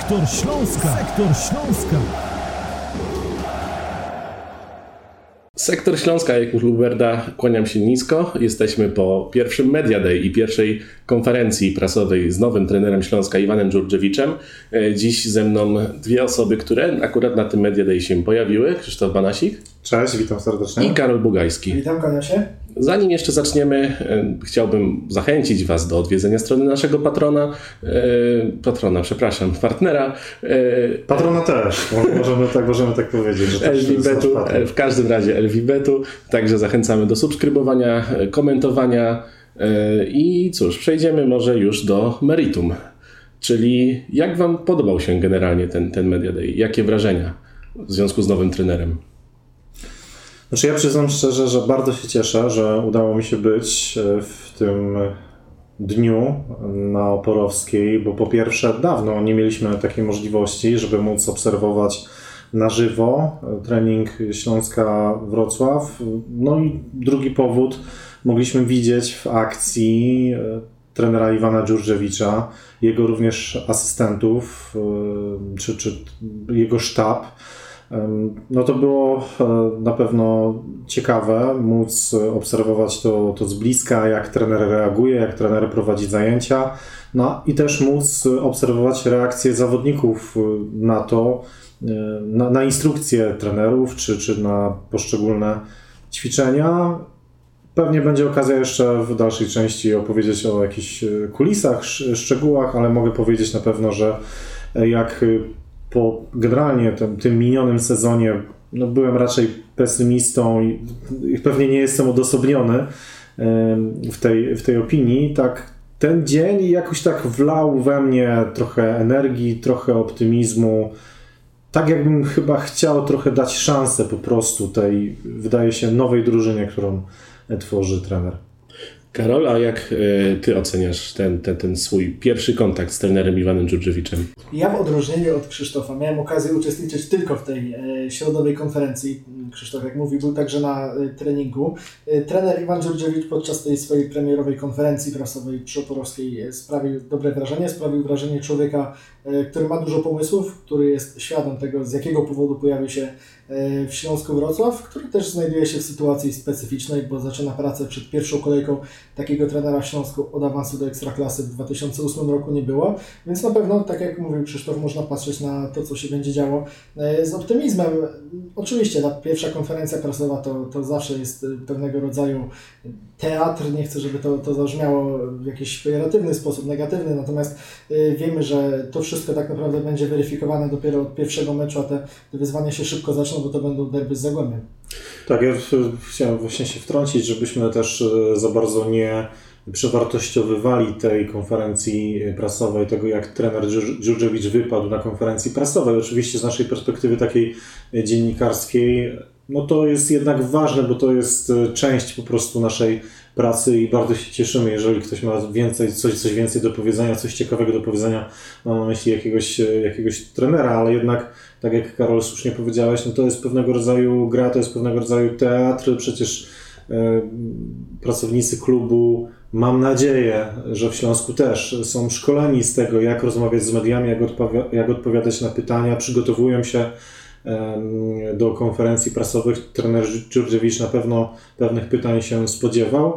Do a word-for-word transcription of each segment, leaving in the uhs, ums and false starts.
Sektor Śląska. Sektor Śląska. Sektor Śląska, jak już Luberda, kłaniam się nisko. Jesteśmy po pierwszym Media Day i pierwszej konferencji prasowej z nowym trenerem Śląska, Iwanem Dżurdżewiczem. Dziś ze mną dwie osoby, które akurat na tym Media Day się pojawiły. Krzysztof Banasik. Cześć, witam serdecznie. I Karol Bugajski. Witam, kłaniam się. Zanim jeszcze zaczniemy, chciałbym zachęcić Was do odwiedzenia strony naszego patrona, patrona, przepraszam, partnera. Patrona też, możemy tak, możemy tak powiedzieć. Że Elwibetu, w każdym razie Elwibetu, także zachęcamy do subskrybowania, komentowania i cóż, przejdziemy może już do meritum, czyli jak Wam podobał się generalnie ten, ten Media Day, jakie wrażenia w związku z nowym trenerem? Znaczy ja przyznam szczerze, że bardzo się cieszę, że udało mi się być w tym dniu na Oporowskiej, bo po pierwsze dawno nie mieliśmy takiej możliwości, żeby móc obserwować na żywo trening Śląska Wrocław. No i drugi powód, mogliśmy widzieć w akcji trenera Iwana Dżurdżewicza, jego również asystentów, czy, czy jego sztab. No to było na pewno ciekawe móc obserwować to, to z bliska, jak trener reaguje, jak trener prowadzi zajęcia, no i też móc obserwować reakcje zawodników na to, na, na instrukcje trenerów, czy, czy na poszczególne ćwiczenia. Pewnie będzie okazja jeszcze w dalszej części opowiedzieć o jakichś kulisach, szczegółach, ale mogę powiedzieć na pewno, że jak po generalnie tym, tym minionym sezonie no byłem raczej pesymistą i, i pewnie nie jestem odosobniony w tej, w tej opinii, tak ten dzień jakoś tak wlał we mnie trochę energii, trochę optymizmu, tak jakbym chyba chciał trochę dać szansę po prostu tej, wydaje się, nowej drużynie, którą tworzy trener. Karol, a jak y, Ty oceniasz ten, ten, ten swój pierwszy kontakt z trenerem Iwanem Dżurdżewiczem? Ja w odróżnieniu od Krzysztofa miałem okazję uczestniczyć tylko w tej e, środowej konferencji. Krzysztof, jak mówi, był także na e, treningu. E, trener Iwan Dżurdżewicz podczas tej swojej premierowej konferencji prasowej przy Oporowskiej e, sprawił dobre wrażenie. Sprawił wrażenie człowieka, e, który ma dużo pomysłów, który jest świadom tego, z jakiego powodu pojawił się e, w Śląsku Wrocław, który też znajduje się w sytuacji specyficznej, bo zaczyna pracę przed pierwszą kolejką. Takiego trenera w Śląsku od awansu do Ekstraklasy w dwa tysiące ósmym roku nie było, więc na pewno, tak jak mówił Krzysztof, można patrzeć na to, co się będzie działo z optymizmem. Oczywiście ta pierwsza konferencja prasowa to, to zawsze jest pewnego rodzaju teatr, nie chcę, żeby to, to zabrzmiało w jakiś pejoratywny sposób, negatywny, natomiast wiemy, że to wszystko tak naprawdę będzie weryfikowane dopiero od pierwszego meczu, a te, te wyzwania się szybko zaczną, bo to będą derby z Zagłębiem. Tak, ja chciałem właśnie się wtrącić, żebyśmy też za bardzo nie przewartościowywali tej konferencji prasowej, tego jak trener Dżurdżewicz wypadł na konferencji prasowej. Oczywiście z naszej perspektywy takiej dziennikarskiej, no to jest jednak ważne, bo to jest część po prostu naszej pracy i bardzo się cieszymy, jeżeli ktoś ma więcej, coś, coś więcej do powiedzenia, coś ciekawego do powiedzenia, mam na myśli jakiegoś, jakiegoś trenera, ale jednak, tak jak Karol słusznie powiedziałeś, no to jest pewnego rodzaju gra, to jest pewnego rodzaju teatr, przecież e, pracownicy klubu, mam nadzieję, że w Śląsku też są szkoleni z tego, jak rozmawiać z mediami, jak, odpowi- jak odpowiadać na pytania, przygotowują się do konferencji prasowych. Trener Dżurdżewicz na pewno pewnych pytań się spodziewał,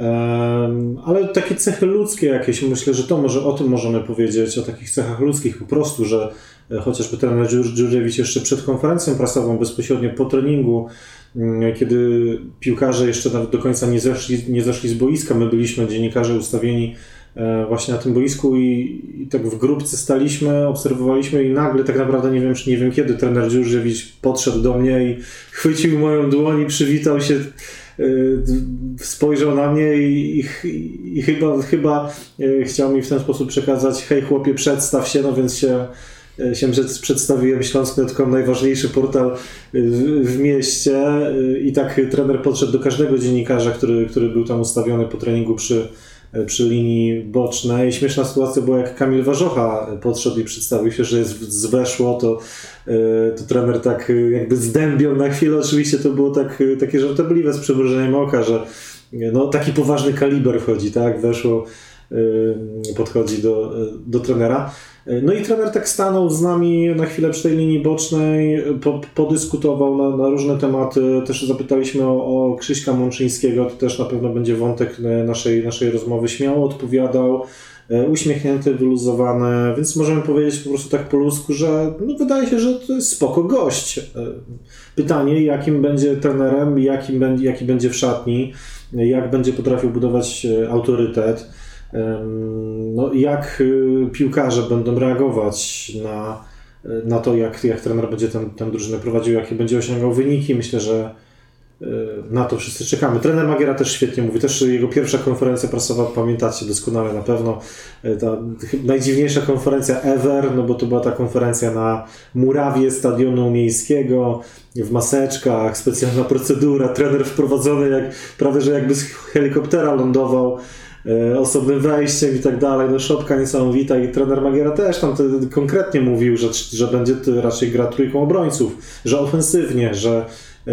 ale takie cechy ludzkie jakieś, myślę, że to może o tym możemy powiedzieć, o takich cechach ludzkich po prostu, że chociażby trener Dżurdżewicz jeszcze przed konferencją prasową, bezpośrednio po treningu, kiedy piłkarze jeszcze nawet do końca nie zeszli, nie zeszli z boiska, my byliśmy, dziennikarze, ustawieni właśnie na tym boisku i, i tak w grupce staliśmy, obserwowaliśmy i nagle tak naprawdę nie wiem, czy nie wiem kiedy trener Dżurdżewicz podszedł do mnie i chwycił moją dłoń i przywitał się, yy, spojrzał na mnie i, i, i chyba, chyba yy, chciał mi w ten sposób przekazać: hej chłopie, przedstaw się, no więc się się przedstawiłem. Śląsk kropka com, najważniejszy portal w, w mieście, i tak trener podszedł do każdego dziennikarza, który, który był tam ustawiony po treningu przy przy linii bocznej. Śmieszna sytuacja była, jak Kamil Warzocha podszedł i przedstawił się, że jest z Weszło, to, to trener tak jakby zdębiał na chwilę. Oczywiście to było tak, takie żartobliwe z przymrużeniem oka, że no, taki poważny kaliber wchodzi, tak? Weszło podchodzi do, do trenera. No i trener tak stanął z nami na chwilę przy tej linii bocznej, po, podyskutował na, na różne tematy, też zapytaliśmy o, o Krzyśka Mączyńskiego, to też na pewno będzie wątek naszej, naszej rozmowy, śmiało odpowiadał, uśmiechnięty, wyluzowany, więc możemy powiedzieć po prostu tak po ludzku, że no wydaje się, że to jest spoko gość. Pytanie, jakim będzie trenerem, jakim będzie, jaki będzie w szatni, jak będzie potrafił budować autorytet, no, jak piłkarze będą reagować na, na to, jak, jak trener będzie tę drużynę prowadził, jakie będzie osiągał wyniki. Myślę, że na to wszyscy czekamy. Trener Magiera też świetnie mówi, też jego pierwsza konferencja prasowa, pamiętacie doskonale na pewno, ta najdziwniejsza konferencja ever, no bo to była ta konferencja na murawie stadionu miejskiego, w maseczkach, specjalna procedura, trener wprowadzony jak, prawie że jakby z helikoptera lądował, osobnym wejściem i tak dalej, no szopka niesamowita i trener Magiera też tam konkretnie mówił, że, że będzie raczej gra trójką obrońców, że ofensywnie, że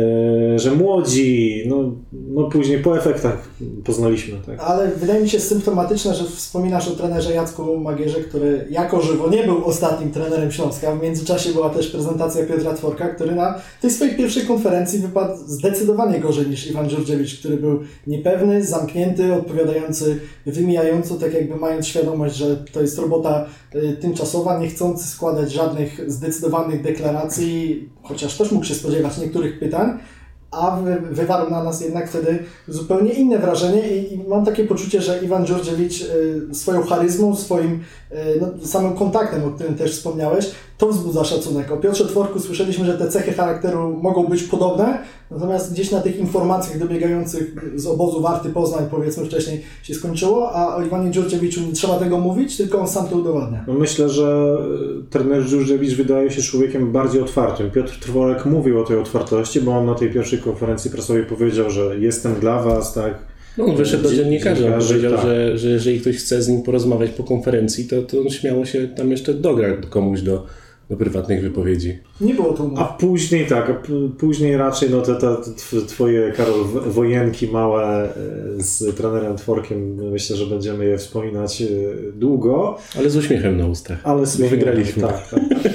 że młodzi, no, no później po efektach poznaliśmy. Tak. Ale wydaje mi się symptomatyczne, że wspominasz o trenerze Jacku Magierze, który jako żywo nie był ostatnim trenerem Śląska. W międzyczasie była też prezentacja Piotra Tworka, który na tej swojej pierwszej konferencji wypadł zdecydowanie gorzej niż Iwan Dżurdżewicz, który był niepewny, zamknięty, odpowiadający wymijająco, tak jakby mając świadomość, że to jest robota y, tymczasowa, nie chcący składać żadnych zdecydowanych deklaracji, chociaż też mógł się spodziewać niektórych pytań, a wywarł na nas jednak wtedy zupełnie inne wrażenie i, i mam takie poczucie, że Iwan Dżurdżewicz y, swoją charyzmą, swoim y, no, samym kontaktem, o którym też wspomniałeś, to wzbudza szacunek. O Piotrze Tworku słyszeliśmy, że te cechy charakteru mogą być podobne, natomiast gdzieś na tych informacjach dobiegających z obozu Warty Poznań, powiedzmy wcześniej, się skończyło, a o Iwanie Dżurdżewiczu nie trzeba tego mówić, tylko on sam to udowadnia. No myślę, że trener Dżurdżewicz wydaje się człowiekiem bardziej otwartym. Piotr Tworek mówił o tej otwartości, bo on na tej pierwszej konferencji prasowej powiedział, że jestem dla was, tak. No, on wyszedł do dziennikarzy, on powiedział, tak. że, że jeżeli ktoś chce z nim porozmawiać po konferencji, to, to on śmiało się tam jeszcze dogra komuś do, do prywatnych wypowiedzi. Nie było to umów. A później tak, a p- później raczej no te, te, te twoje, Karol, wojenki małe z trenerem Tworkiem, myślę, że będziemy je wspominać długo. Ale z uśmiechem na ustach. Ale z uśmiechem, wygraliśmy. Tak, tak, tak.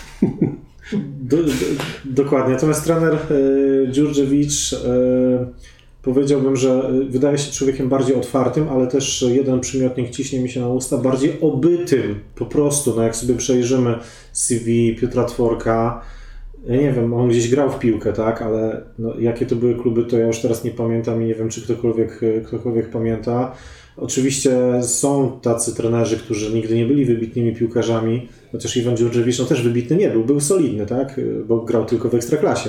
Do, do, dokładnie. Natomiast trener e, Dżurdżewicz e, powiedziałbym, że wydaje się człowiekiem bardziej otwartym, ale też jeden przymiotnik ciśnie mi się na usta, bardziej obytym po prostu. No jak sobie przejrzymy C V Piotra Tworka, ja nie wiem, on gdzieś grał w piłkę, tak, ale no, jakie to były kluby, to ja już teraz nie pamiętam i nie wiem, czy ktokolwiek, ktokolwiek pamięta. Oczywiście są tacy trenerzy, którzy nigdy nie byli wybitnymi piłkarzami, chociaż Iwan Dżurdżewicz no, też wybitny nie był, był solidny, tak, bo grał tylko w Ekstraklasie.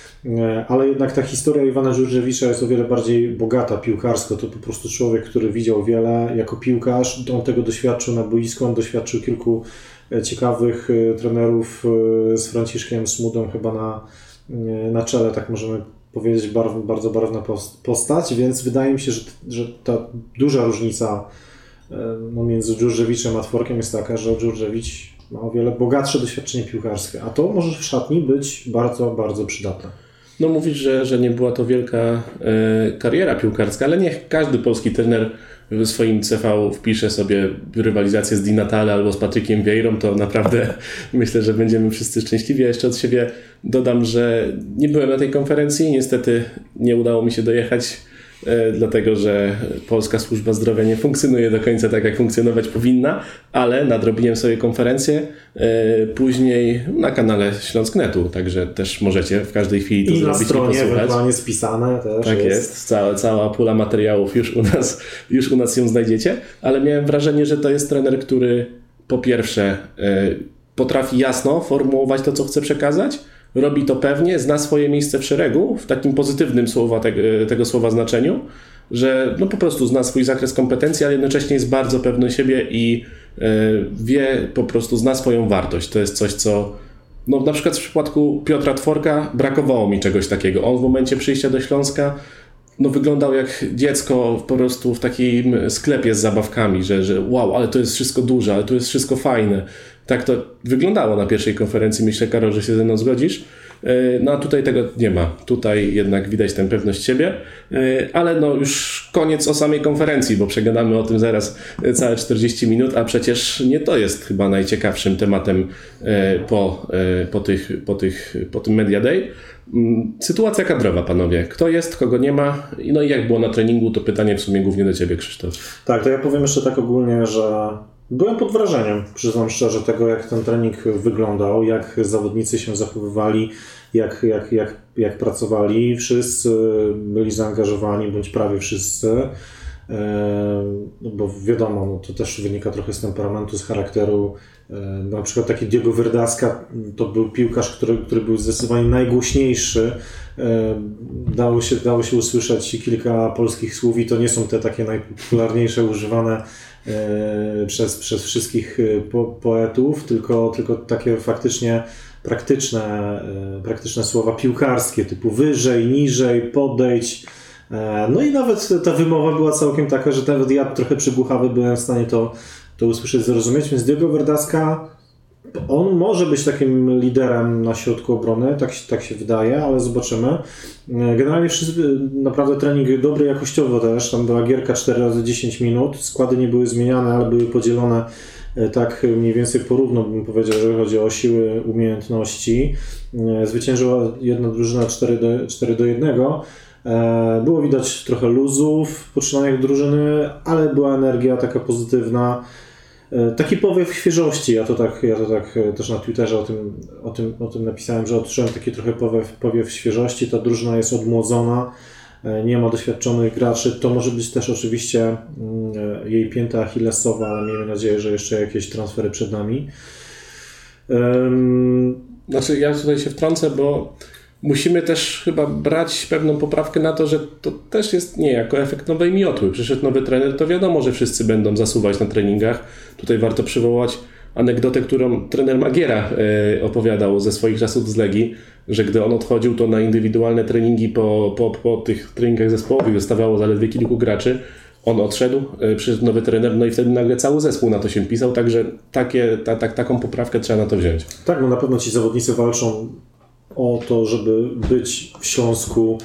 Ale jednak ta historia Iwana Dżurdżewicza jest o wiele bardziej bogata piłkarsko. To po prostu człowiek, który widział wiele jako piłkarz. On tego doświadczył na boisku, on doświadczył kilku ciekawych trenerów z Franciszkiem Smudą chyba na, na czele, tak możemy powiedzieć, barw, bardzo barwna postać, więc wydaje mi się, że, że ta duża różnica no, między Dżurdżewiczem a Tworkiem jest taka, że Dżurdżewicz ma o wiele bogatsze doświadczenie piłkarskie, a to może w szatni być bardzo, bardzo przydatne. No mówisz, że, że nie była to wielka e, kariera piłkarska, ale niech każdy polski trener w swoim C V wpisze sobie rywalizację z Di Natale albo z Patrykiem Vieirą, to naprawdę myślę, że będziemy wszyscy szczęśliwi. Ja jeszcze od siebie dodam, że nie byłem na tej konferencji, niestety nie udało mi się dojechać, e, dlatego że Polska Służba Zdrowia nie funkcjonuje do końca tak, jak funkcjonować powinna, ale nadrobiłem sobie konferencję e, później na kanale Śląsk kropka netu, także też możecie w każdej chwili to I zrobić na stronie i posłuchać. ewentualnie spisane też Tak jest, jest. Cała, cała pula materiałów już u nas, już u nas ją znajdziecie, ale miałem wrażenie, że to jest trener, który po pierwsze e, potrafi jasno formułować to, co chce przekazać, robi to pewnie, zna swoje miejsce w szeregu, w takim pozytywnym słowa tego, tego słowa znaczeniu, że no po prostu zna swój zakres kompetencji, ale jednocześnie jest bardzo pewny siebie i y, wie, po prostu zna swoją wartość. To jest coś, co no na przykład w przypadku Piotra Tworka brakowało mi czegoś takiego. On w momencie przyjścia do Śląska no wyglądał jak dziecko po prostu w takim sklepie z zabawkami, że, że wow, ale to jest wszystko duże, ale to jest wszystko fajne. Tak to wyglądało na pierwszej konferencji, myślę, Karol, że się ze mną zgodzisz. No a tutaj tego nie ma. Tutaj jednak widać tę pewność siebie, ale no już koniec o samej konferencji, bo przegadamy o tym zaraz całe czterdzieści minut, a przecież nie to jest chyba najciekawszym tematem po, po, tych, po, tych, po tym Media Day. Sytuacja kadrowa, panowie. Kto jest, kogo nie ma? No i jak było na treningu, to pytanie w sumie głównie do ciebie, Krzysztof. Tak, to ja powiem jeszcze tak ogólnie, że byłem pod wrażeniem, przyznam szczerze, tego jak ten trening wyglądał, jak zawodnicy się zachowywali, jak, jak, jak, jak pracowali. Wszyscy byli zaangażowani, bądź prawie wszyscy. No bo wiadomo, no to też wynika trochę z temperamentu, z charakteru. Na przykład taki Diego Verdaska to był piłkarz, który, który był zdecydowanie najgłośniejszy. Dało się, dało się usłyszeć kilka polskich słów i to nie są te takie najpopularniejsze używane przez, przez wszystkich po, poetów, tylko, tylko takie faktycznie praktyczne, praktyczne słowa piłkarskie typu wyżej, niżej, podejdź. No i nawet ta wymowa była całkiem taka, że nawet ja trochę przygłuchawy byłem w stanie to, to usłyszeć, zrozumieć, więc Diego Verdaska, on może być takim liderem na środku obrony, tak, tak się wydaje, ale zobaczymy. Generalnie wszyscy, naprawdę trening dobry jakościowo też, tam była gierka cztery razy dziesięć minut, składy nie były zmieniane, ale były podzielone tak mniej więcej porówno, bym powiedział, jeżeli chodzi o siły, umiejętności. Zwyciężyła jedna drużyna cztery do jednego. Było widać trochę luzów w poczynaniach drużyny, ale była energia taka pozytywna. Taki powiew świeżości, ja to tak, ja to tak też na Twitterze o tym, o tym, o tym napisałem, że odczułem taki trochę powiew, powiew świeżości. Ta drużyna jest odmłodzona, nie ma doświadczonych graczy. To może być też oczywiście jej pięta achillesowa, ale miejmy nadzieję, że jeszcze jakieś transfery przed nami. Znaczy ja tutaj się wtrącę, bo musimy też chyba brać pewną poprawkę na to, że to też jest niejako efekt nowej miotły. Przyszedł nowy trener, to wiadomo, że wszyscy będą zasuwać na treningach. Tutaj warto przywołać anegdotę, którą trener Magiera e, opowiadał ze swoich czasów z Legii, że gdy on odchodził, to na indywidualne treningi po, po, po tych treningach zespołowych zostawało zaledwie kilku graczy. On odszedł, e, przyszedł nowy trener, no i wtedy nagle cały zespół na to się wpisał, także takie, ta, ta, taką poprawkę trzeba na to wziąć. Tak, no na pewno ci zawodnicy walczą o to, żeby być w Śląsku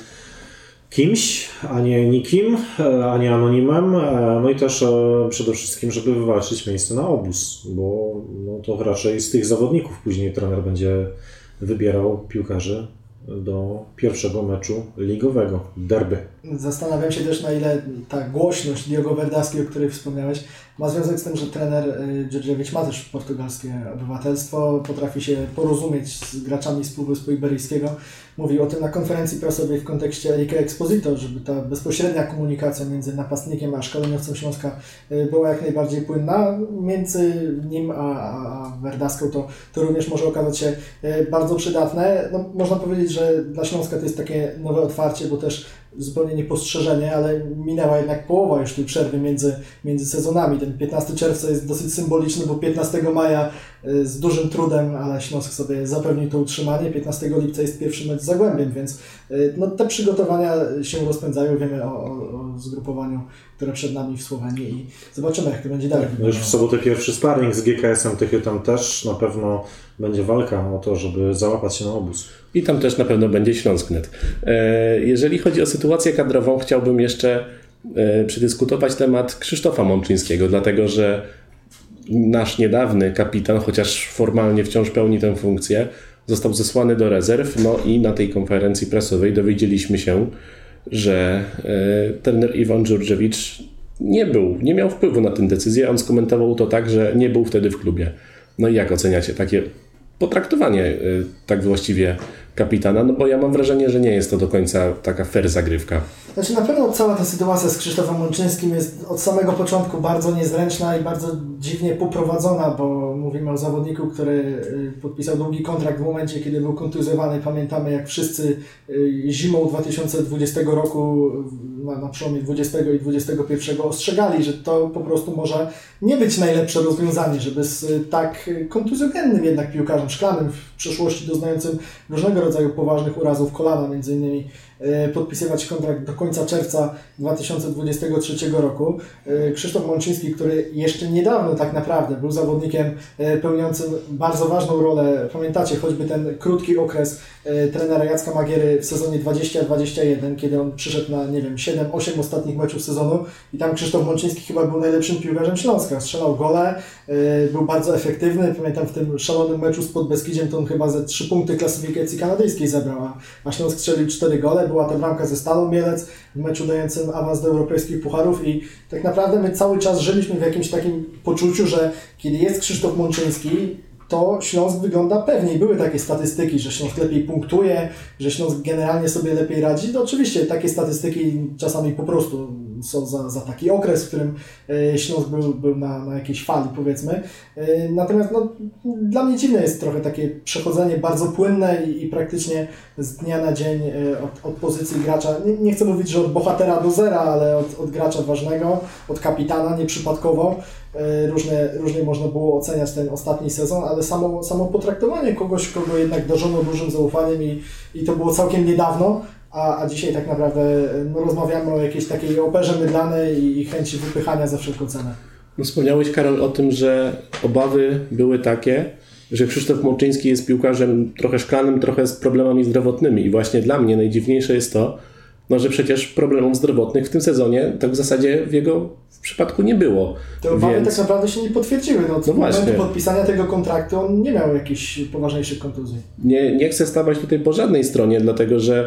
kimś, a nie nikim, a nie anonimem, no i też przede wszystkim, żeby wywalczyć miejsce na obóz, bo no to raczej z tych zawodników później trener będzie wybierał piłkarzy do pierwszego meczu ligowego, derby. Zastanawiam się też, na ile ta głośność Diogo Verdaski, o której wspomniałeś, ma związek z tym, że trener Djordjevic ma też portugalskie obywatelstwo, potrafi się porozumieć z graczami z Półwyspu Iberyjskiego. Mówi o tym na konferencji prasowej w kontekście Erika Exposito, żeby ta bezpośrednia komunikacja między napastnikiem a szkoleniowcem Śląska była jak najbardziej płynna. Między nim a, a Verdaską to, to również może okazać się bardzo przydatne. No, można powiedzieć, że dla Śląska to jest takie nowe otwarcie, bo też zupełnie niepostrzeżenie, ale minęła jednak połowa już tej przerwy między, między sezonami. Ten piętnastego czerwca jest dosyć symboliczny, bo piętnastego maja z dużym trudem, ale Śląsk sobie zapewnił to utrzymanie. piętnastego lipca jest pierwszy mecz z Zagłębiem, więc no, te przygotowania się rozpędzają. Wiemy o, o, o zgrupowaniu, które przed nami w Słowenii i zobaczymy, jak to będzie dalej. No już w sobotę pierwszy sparring z G K S-em Tychy, tam też na pewno będzie walka o to, żeby załapać się na obóz. I tam też na pewno będzie Śląsk.net. Jeżeli chodzi o sytuację kadrową, chciałbym jeszcze przedyskutować temat Krzysztofa Mączyńskiego, dlatego że nasz niedawny kapitan, chociaż formalnie wciąż pełni tę funkcję, został zesłany do rezerw, no i na tej konferencji prasowej dowiedzieliśmy się, że trener Iwan Djordjevic nie był, nie miał wpływu na tę decyzję. On skomentował to tak, że nie był wtedy w klubie. No i jak oceniacie takie potraktowanie tak właściwie kapitana? No bo ja mam wrażenie, że nie jest to do końca taka fair zagrywka. Znaczy na pewno cała ta sytuacja z Krzysztofem Mączyńskim jest od samego początku bardzo niezręczna i bardzo dziwnie poprowadzona, bo mówimy o zawodniku, który podpisał długi kontrakt w momencie, kiedy był kontuzjowany. Pamiętamy, jak wszyscy zimą dwa tysiące dwudziestego roku na, na przełomie dwudziestego i dwudziestego pierwszego ostrzegali, że to po prostu może nie być najlepsze rozwiązanie, żeby z tak kontuzjogennym jednak piłkarzem szklanym, w przeszłości doznającym różnego rodzaju poważnych urazów kolana, między innymi podpisywać kontrakt do końca czerwca dwa tysiące dwudziestego trzeciego roku. Krzysztof Mączyński, który jeszcze niedawno tak naprawdę był zawodnikiem pełniącym bardzo ważną rolę, pamiętacie choćby ten krótki okres trenera Jacka Magiery w sezonie dwadzieścia dwadzieścia jeden, kiedy on przyszedł na, nie wiem, siedem osiem ostatnich meczów sezonu i tam Krzysztof Mączyński chyba był najlepszym piłkarzem Śląska. Strzelał gole, był bardzo efektywny. Pamiętam w tym szalonym meczu z Podbeskidziem to on chyba ze trzy punkty klasyfikacji kanadyjskiej zebrał, a Śląsk strzelił cztery gole. Była to bramka ze Stalą Mielec w meczu dającym awans do europejskich pucharów i tak naprawdę my cały czas żyliśmy w jakimś takim poczuciu, że kiedy jest Krzysztof Mączyński, to Śląsk wygląda pewniej. Były takie statystyki, że Śląsk lepiej punktuje, że Śląsk generalnie sobie lepiej radzi. To oczywiście takie statystyki czasami po prostu są za, za taki okres, w którym Śląsk był, był na, na jakiejś fali, powiedzmy. Natomiast no, dla mnie dziwne jest trochę takie przechodzenie bardzo płynne i, i praktycznie z dnia na dzień od, od pozycji gracza, nie, nie chcę mówić, że od bohatera do zera, ale od, od gracza ważnego, od kapitana, nieprzypadkowo. Różnie, różnie można było oceniać ten ostatni sezon, ale samo, samo potraktowanie kogoś, kogo jednak darzono dużym zaufaniem i, i to było całkiem niedawno, a, a dzisiaj tak naprawdę no, rozmawiamy o jakiejś takiej operze mydlanej i, i chęci wypychania za wszelką cenę. No, wspomniałeś, Karol, o tym, że obawy były takie, że Krzysztof Mączyński jest piłkarzem trochę szklanym, trochę z problemami zdrowotnymi i właśnie dla mnie najdziwniejsze jest to, no, że przecież problemów zdrowotnych w tym sezonie tak w zasadzie w jego w przypadku nie było. Te obawy Więc... tak naprawdę się nie potwierdziły. No, no w właśnie. momentu podpisania tego kontraktu on nie miał jakichś poważniejszych kontuzji. Nie, nie chcę stawać tutaj po żadnej stronie, dlatego że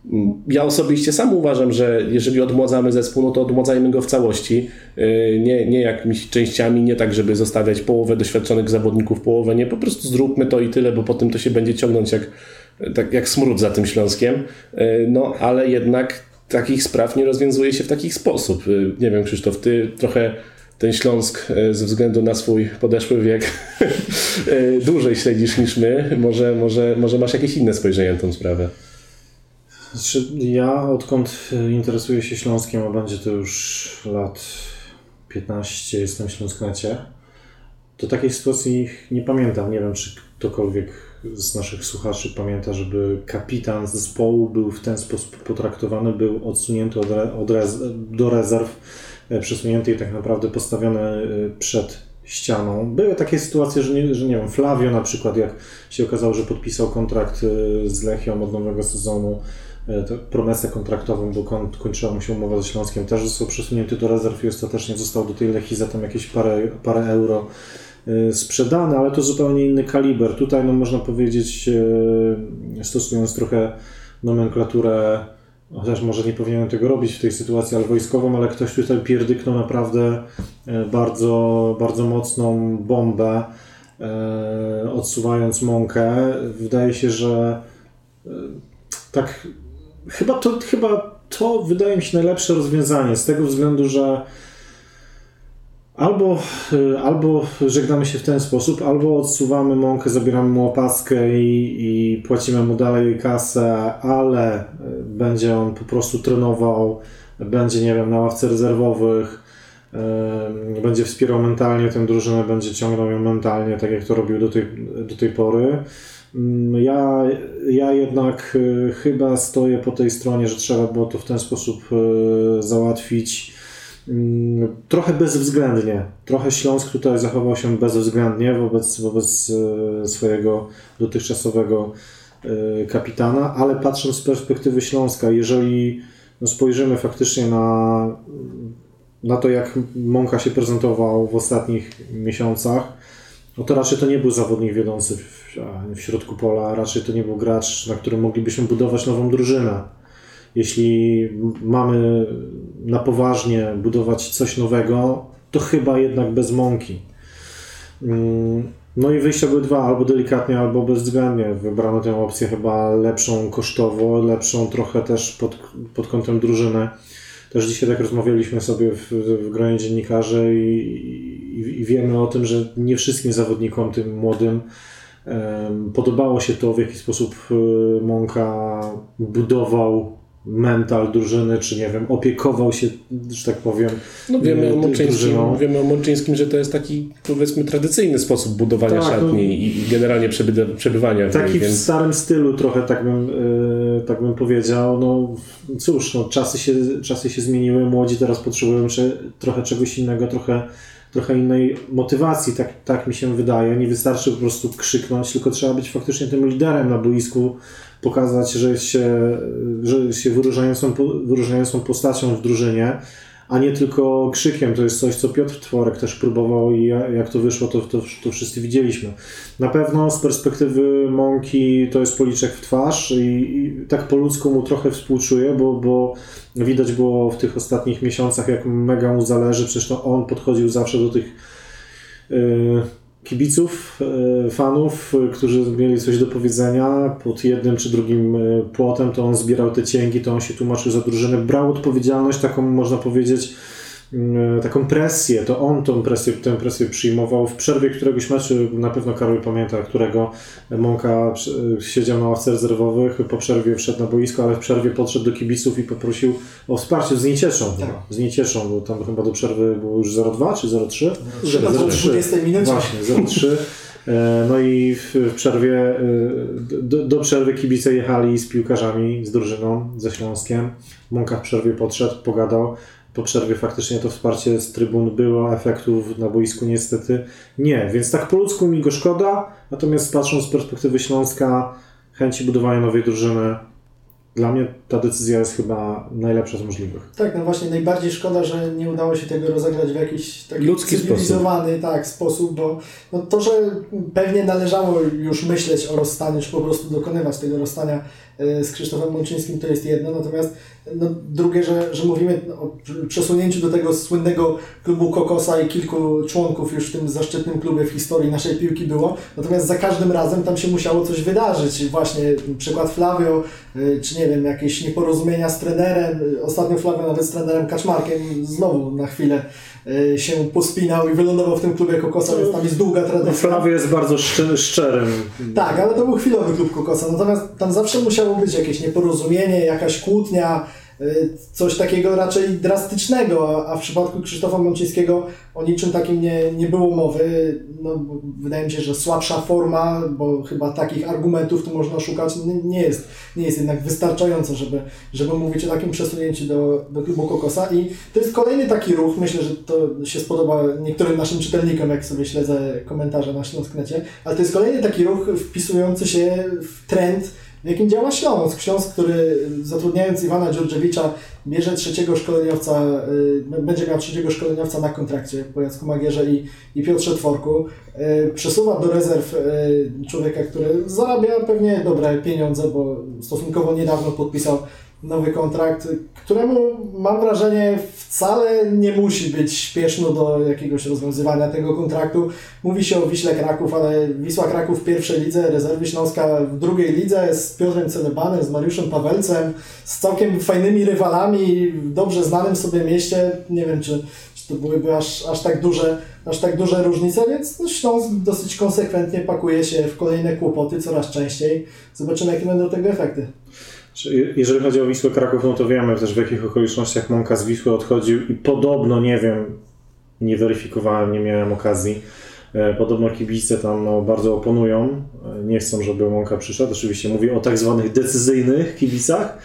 ja osobiście sam uważam, że jeżeli odmładzamy zespół, no to odmładzajmy go w całości, nie, nie jakimiś częściami, nie tak, żeby zostawiać połowę doświadczonych zawodników, połowę nie, po prostu zróbmy to i tyle, bo potem to się będzie ciągnąć jak, tak jak smród za tym Śląskiem, no ale jednak takich spraw nie rozwiązuje się w taki sposób. Nie wiem, Krzysztof, ty trochę ten Śląsk ze względu na swój podeszły wiek dłużej śledzisz niż my, może, może, może masz jakieś inne spojrzenie na tę sprawę. Znaczy, ja odkąd interesuję się Śląskiem, a będzie to już lat piętnaście, jestem w Śląsknecie, to takiej sytuacji nie pamiętam. Nie wiem, czy ktokolwiek z naszych słuchaczy pamięta, żeby kapitan zespołu był w ten sposób potraktowany, był odsunięty od re, od rez, do rezerw, przesunięty i tak naprawdę postawiony przed ścianą. Były takie sytuacje, że nie, że nie wiem, Flavio na przykład, jak się okazało, że podpisał kontrakt z Lechią od nowego sezonu, promesę kontraktową, bo koń, kończyła mu się umowa ze Śląskiem, też został przesunięty do rezerw i ostatecznie został do tej Lechii za tam jakieś parę, parę euro sprzedany, ale to zupełnie inny kaliber. Tutaj no, można powiedzieć, stosując trochę nomenklaturę, chociaż może nie powinienem tego robić w tej sytuacji, ale wojskową, ale ktoś tutaj pierdyknął naprawdę bardzo, bardzo mocną bombę, odsuwając Mąkę. Wydaje się, że tak, chyba to, chyba to wydaje mi się najlepsze rozwiązanie, z tego względu, że Albo, albo żegnamy się w ten sposób, albo odsuwamy Mąkę, zabieramy mu opaskę i, i płacimy mu dalej kasę, ale będzie on po prostu trenował, będzie, nie wiem, na ławce rezerwowych, yy, będzie wspierał mentalnie tę drużynę, będzie ciągnął ją mentalnie, tak jak to robił do tej, do tej pory. Yy, ja, ja jednak yy, chyba stoję po tej stronie, że trzeba było to w ten sposób yy, załatwić. Trochę bezwzględnie. Trochę Śląsk tutaj zachował się bezwzględnie wobec, wobec swojego dotychczasowego kapitana, ale patrząc z perspektywy Śląska, jeżeli no, spojrzymy faktycznie na, na to, jak Mąka się prezentował w ostatnich miesiącach, no to raczej to nie był zawodnik wiodący w, w środku pola, raczej to nie był gracz, na którym moglibyśmy budować nową drużynę. Jeśli mamy na poważnie budować coś nowego, to chyba jednak bez Mąki. No i wyjścia były dwa, albo delikatnie, albo bezwzględnie. Wybrano tę opcję chyba lepszą kosztowo, lepszą trochę też pod, pod kątem drużyny. Też dzisiaj tak rozmawialiśmy sobie w, w gronie dziennikarzy i, i, i wiemy o tym, że nie wszystkim zawodnikom, tym młodym, um, podobało się to, w jaki sposób Mąka budował mental drużyny, czy nie wiem, opiekował się, że tak powiem, no wiemy o Mączyńskim, wiemy o Mączyńskim, że to jest taki, powiedzmy, tradycyjny sposób budowania tak, szatni no, i generalnie przebywa, przebywania w taki niej, w więc... starym stylu trochę, tak bym, yy, tak bym powiedział. No cóż, no, czasy, się, czasy się zmieniły, młodzi teraz potrzebują czy, trochę czegoś innego, trochę, trochę innej motywacji, tak, tak mi się wydaje. Nie wystarczy po prostu krzyknąć, tylko trzeba być faktycznie tym liderem na boisku, pokazać, że jest się, że się wyróżniającą, wyróżniającą postacią w drużynie, a nie tylko krzykiem. To jest coś, co Piotr Tworek też próbował i jak to wyszło, to, to, to wszyscy widzieliśmy. Na pewno z perspektywy Mąki to jest policzek w twarz i, i tak po ludzku mu trochę współczuję, bo, bo widać było w tych ostatnich miesiącach, jak mega mu zależy. Przecież to on podchodził zawsze do tych yy, kibiców, fanów, którzy mieli coś do powiedzenia pod jednym czy drugim płotem, to on zbierał te cięgi, to on się tłumaczył za drużynę, brał odpowiedzialność, taką można powiedzieć, taką presję, to on tą presję, tę presję przyjmował. W przerwie któregoś meczu, na pewno Karol pamięta, którego Mąka siedział na ławce rezerwowych, po przerwie wszedł na boisko, ale w przerwie podszedł do kibiców i poprosił o wsparcie z Niecieszą, tak. chyba, z Niecieszą, bo tam chyba do przerwy było już zero dwa czy zero trzy? zero trzy. Właśnie, zero trzy. No i w przerwie, do, do przerwy kibice jechali z piłkarzami, z drużyną, ze Śląskiem. Mąka w przerwie podszedł, pogadał. Po przerwie faktycznie to wsparcie z trybun było, efektów na boisku niestety nie. Więc tak po ludzku mi go szkoda, natomiast patrząc z perspektywy Śląska, chęci budowania nowej drużyny, dla mnie ta decyzja jest chyba najlepsza z możliwych. Tak, no właśnie najbardziej szkoda, że nie udało się tego rozegrać w jakiś taki ludzki cywilizowany sposób. Tak, sposób, bo no to, że pewnie należało już myśleć o rozstaniu, czy po prostu dokonywać tego rozstania z Krzysztofem Mączyńskim, to jest jedno, natomiast no, drugie, że, że mówimy o przesunięciu do tego słynnego klubu Kokosa i kilku członków już w tym zaszczytnym klubie w historii naszej piłki było, natomiast za każdym razem tam się musiało coś wydarzyć. Właśnie przykład Flavio, czy nie wiem, jakieś nieporozumienia z trenerem, ostatnio Flavio nawet z trenerem Kaczmarkiem znowu na chwilę się pospinał i wylądował w tym klubie Kokosa, więc tam jest długa tradycja. Flavio jest bardzo szczer- szczerym. Tak, ale to był chwilowy klub Kokosa, natomiast tam zawsze musiało być jakieś nieporozumienie, jakaś kłótnia, coś takiego raczej drastycznego, a w przypadku Krzysztofa Mączyńskiego o niczym takim nie, nie było mowy. No, wydaje mi się, że słabsza forma, bo chyba takich argumentów tu można szukać, nie jest, nie jest jednak wystarczająco, żeby, żeby mówić o takim przesunięciu do, do klubu Kokosa. I to jest kolejny taki ruch, myślę, że to się spodoba niektórym naszym czytelnikom, jak sobie śledzę komentarze na Śląsknecie, ale to jest kolejny taki ruch wpisujący się w trend, w jakim działa Śląsk. Śląsk, który zatrudniając Iwana Dżurdżewicza bierze trzeciego szkoleniowca, y, będzie miał trzeciego szkoleniowca na kontrakcie po Jacku Magierze i, i Piotrze Tworku. Y, przesuwa do rezerw y, człowieka, który zarabia pewnie dobre pieniądze, bo stosunkowo niedawno podpisał nowy kontrakt, któremu mam wrażenie wcale nie musi być śpieszno do jakiegoś rozwiązywania tego kontraktu. Mówi się o Wiśle Kraków, ale Wisła Kraków w pierwszej lidze, Rezerwy Śląska w drugiej lidze z Piotrem Celebanem, z Mariuszem Pawelcem, z całkiem fajnymi rywalami w dobrze znanym sobie mieście. Nie wiem, czy, czy to byłyby aż, aż, tak duże, aż tak duże różnice, więc no, Śląsk dosyć konsekwentnie pakuje się w kolejne kłopoty coraz częściej. Zobaczymy, jakie będą tego efekty. Jeżeli chodzi o Wisłę Kraków, no to wiemy też, w jakich okolicznościach Mąka z Wisły odchodził i podobno, nie wiem, nie weryfikowałem, nie miałem okazji, podobno kibice tam no, bardzo oponują, nie chcą, żeby Mąka przyszedł. Oczywiście mówię o tak zwanych decyzyjnych kibicach,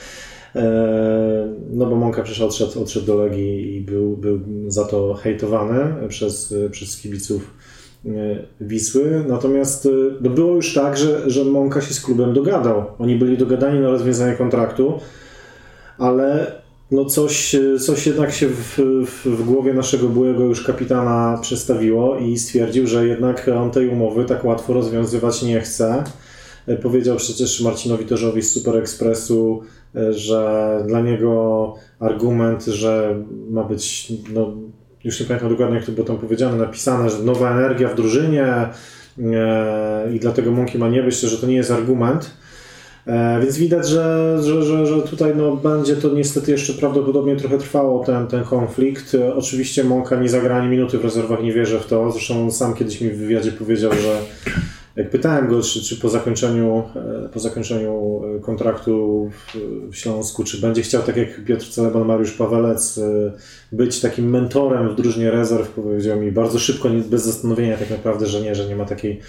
no bo Mąka przyszedł, odszedł, odszedł do Legii i był, był za to hejtowany przez, przez kibiców Wisły, natomiast no było już tak, że, że Mąka się z klubem dogadał. Oni byli dogadani na rozwiązanie kontraktu, ale no coś, coś jednak się w, w, w głowie naszego byłego już kapitana przestawiło i stwierdził, że jednak on tej umowy tak łatwo rozwiązywać nie chce. Powiedział przecież Marcinowi Torzowi z Super Expressu, że dla niego argument, że ma być, no, już nie pamiętam dokładnie, jak to było tam powiedziane, napisane, że nowa energia w drużynie e, i dlatego Mąki ma nie być, że to nie jest argument. E, więc widać, że, że, że, że tutaj no, będzie to niestety jeszcze prawdopodobnie trochę trwało ten, ten konflikt. E, oczywiście Mąka nie zagra ani minuty w rezerwach, nie wierzę w to. Zresztą on sam kiedyś mi w wywiadzie powiedział, że jak pytałem go, czy, czy po, zakończeniu, po zakończeniu kontraktu w Śląsku, czy będzie chciał, tak jak Piotr Celeban, Mariusz Pawelec, być takim mentorem w drużynie rezerw, powiedział mi bardzo szybko, bez zastanowienia tak naprawdę, że nie, że nie ma takiej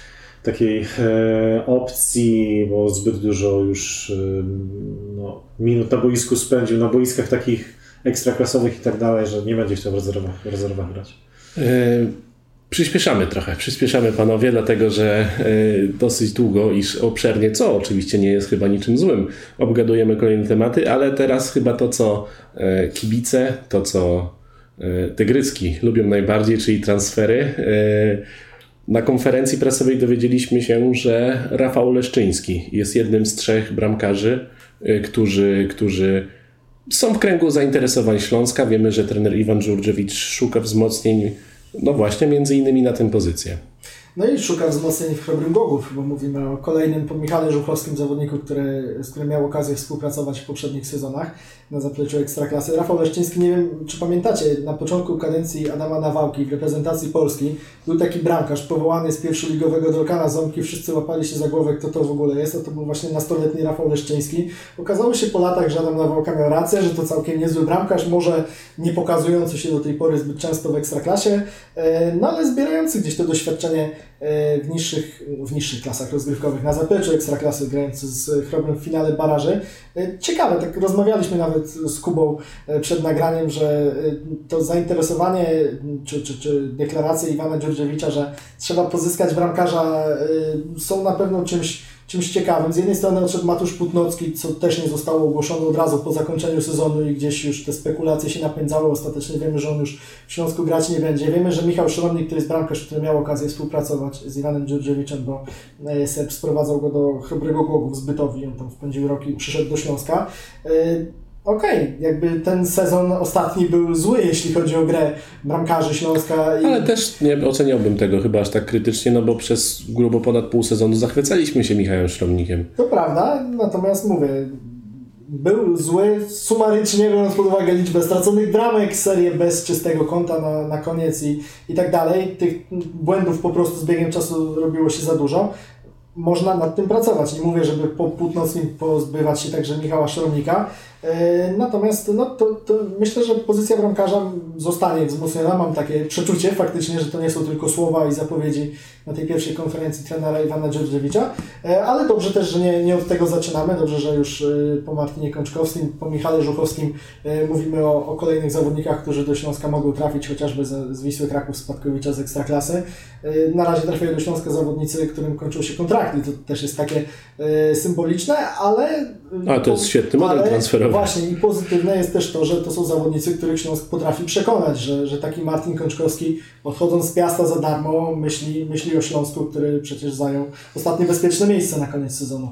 takiej e, opcji, bo zbyt dużo już e, no, minut na boisku spędził, na boiskach takich ekstraklasowych i tak dalej, że nie będzie chciał w rezerwach, w rezerwach grać. Yy, przyspieszamy trochę, przyspieszamy panowie, dlatego że yy, dosyć długo i obszernie, co oczywiście nie jest chyba niczym złym, obgadujemy kolejne tematy, ale teraz chyba to, co yy, kibice, to co yy, tygryski lubią najbardziej, czyli transfery. Yy, Na konferencji prasowej dowiedzieliśmy się, że Rafał Leszczyński jest jednym z trzech bramkarzy, którzy, którzy są w kręgu zainteresowań Śląska. Wiemy, że trener Iwan Dżurdżewicz szuka wzmocnień, no właśnie między innymi na tę pozycję. No i szuka wzmocnień w Chrobrym Głogów, bo mówimy o kolejnym po Michale Żuchowskim zawodniku, który, z którym miał okazję współpracować w poprzednich sezonach na zapleczu Ekstraklasy. Rafał Leszczyński, nie wiem czy pamiętacie, na początku kadencji Adama Nawałki w reprezentacji Polski był taki bramkarz powołany z pierwszoligowego Dolkana Ząbki, wszyscy łapali się za głowę, kto to w ogóle jest, a to był właśnie nastoletni Rafał Leszczyński. Okazało się po latach, że Adam Nawałka miał rację, że to całkiem niezły bramkarz, może nie pokazujący się do tej pory zbyt często w Ekstraklasie, no ale zbierający gdzieś to doświadczenie w niższych, w niższych klasach rozgrywkowych, na zapleczu Ekstraklasy, grający z Chrobrym w finale baraży. Ciekawe, tak rozmawialiśmy nawet z Kubą przed nagraniem, że to zainteresowanie czy, czy, czy deklaracje Iwana Dżurdżewicza, że trzeba pozyskać bramkarza, są na pewno czymś czymś ciekawym. Z jednej strony odszedł Matusz Putnocki, co też nie zostało ogłoszone od razu po zakończeniu sezonu i gdzieś już te spekulacje się napędzały. Ostatecznie wiemy, że on już w Śląsku grać nie będzie. Wiemy, że Michał Szromnik, który jest bramkarz, który miał okazję współpracować z Iwanem Dżurdżewiczem, bo Serb sprowadzał go do Chrobrego Głogów z Bytowi, on tam wpędził rok i przyszedł do Śląska. Okej, okay, jakby ten sezon ostatni był zły, jeśli chodzi o grę bramkarzy Śląska. I... Ale też nie oceniałbym tego chyba aż tak krytycznie, no bo przez grubo ponad pół sezonu zachwycaliśmy się Michałem Szromnikiem. To prawda, natomiast mówię, był zły sumarycznie, biorąc pod uwagę liczbę straconych bramek, serię bez czystego konta na, na koniec i, i tak dalej. Tych błędów po prostu z biegiem czasu robiło się za dużo. Można nad tym pracować. Nie mówię, żeby po Płótnockim pozbywać się także Michała Szromnika. Natomiast no, to, to myślę, że pozycja bramkarza zostanie wzmocniona. Mam takie przeczucie faktycznie, że to nie są tylko słowa i zapowiedzi na tej pierwszej konferencji trenera Iwana Dżurdżewicza, ale dobrze też, że nie, nie od tego zaczynamy. Dobrze, że już po Martinie Kączkowskim, po Michale Żuchowskim mówimy o, o kolejnych zawodnikach, którzy do Śląska mogą trafić, chociażby z, z Wisły Kraków, Spadkowicza z Ekstraklasy. Na razie trafiają do Śląska zawodnicy, którym kończą się kontrakty. To też jest takie symboliczne, ale... A to jest świetny model transferowy. Właśnie i pozytywne jest też to, że to są zawodnicy, których Śląsk potrafi przekonać, że, że taki Martin Kączkowski, odchodząc z Piasta za darmo, myśli, myśli o Śląsku, który przecież zajął ostatnie bezpieczne miejsce na koniec sezonu.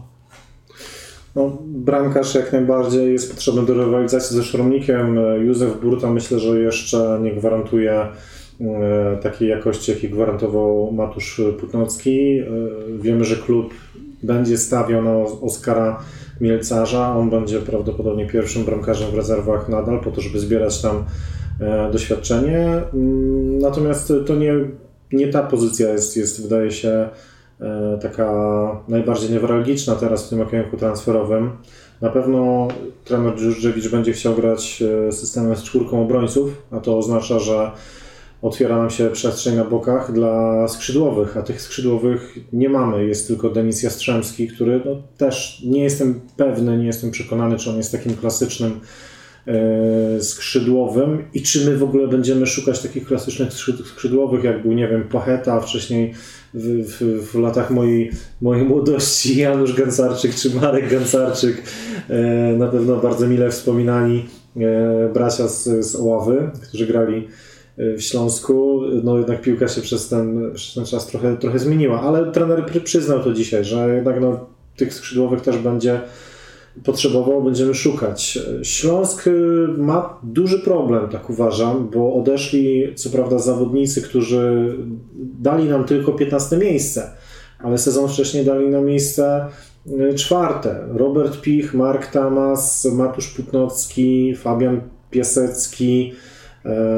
No, bramkarz jak najbardziej jest potrzebny do rywalizacji ze Szromnikiem. Józef Burta myślę, że jeszcze nie gwarantuje takiej jakości, jakiej gwarantował Matusz Putnocki. Wiemy, że klub będzie stawiał na Oskara Mielcarza. On będzie prawdopodobnie pierwszym bramkarzem w rezerwach nadal, po to, żeby zbierać tam doświadczenie. Natomiast to nie, nie ta pozycja jest, jest, wydaje się, taka najbardziej newralgiczna teraz w tym okienku transferowym. Na pewno trener Dżurdżewicz będzie chciał grać systemem z czwórką obrońców, a to oznacza, że otwiera nam się przestrzeń na bokach dla skrzydłowych, a tych skrzydłowych nie mamy. Jest tylko Denis Jastrzębski, który no, też nie jestem pewny, nie jestem przekonany, czy on jest takim klasycznym yy, skrzydłowym i czy my w ogóle będziemy szukać takich klasycznych skrzydłowych, jak był, nie wiem, Pacheta, a wcześniej w, w, w latach mojej, mojej młodości Janusz Gancarczyk czy Marek Gancarczyk, yy, na pewno bardzo mile wspominani yy, bracia z, z Oławy, którzy grali w Śląsku. No jednak piłka się przez ten, przez ten czas trochę, trochę zmieniła, ale trener przyznał to dzisiaj, że jednak no, tych skrzydłowych też będzie potrzebował, będziemy szukać. Śląsk ma duży problem, tak uważam, bo odeszli co prawda zawodnicy, którzy dali nam tylko piętnaste miejsce, ale sezon wcześniej dali nam miejsce czwarte. Robert Pich, Mark Tamas, Matusz Putnocki, Fabian Piasecki.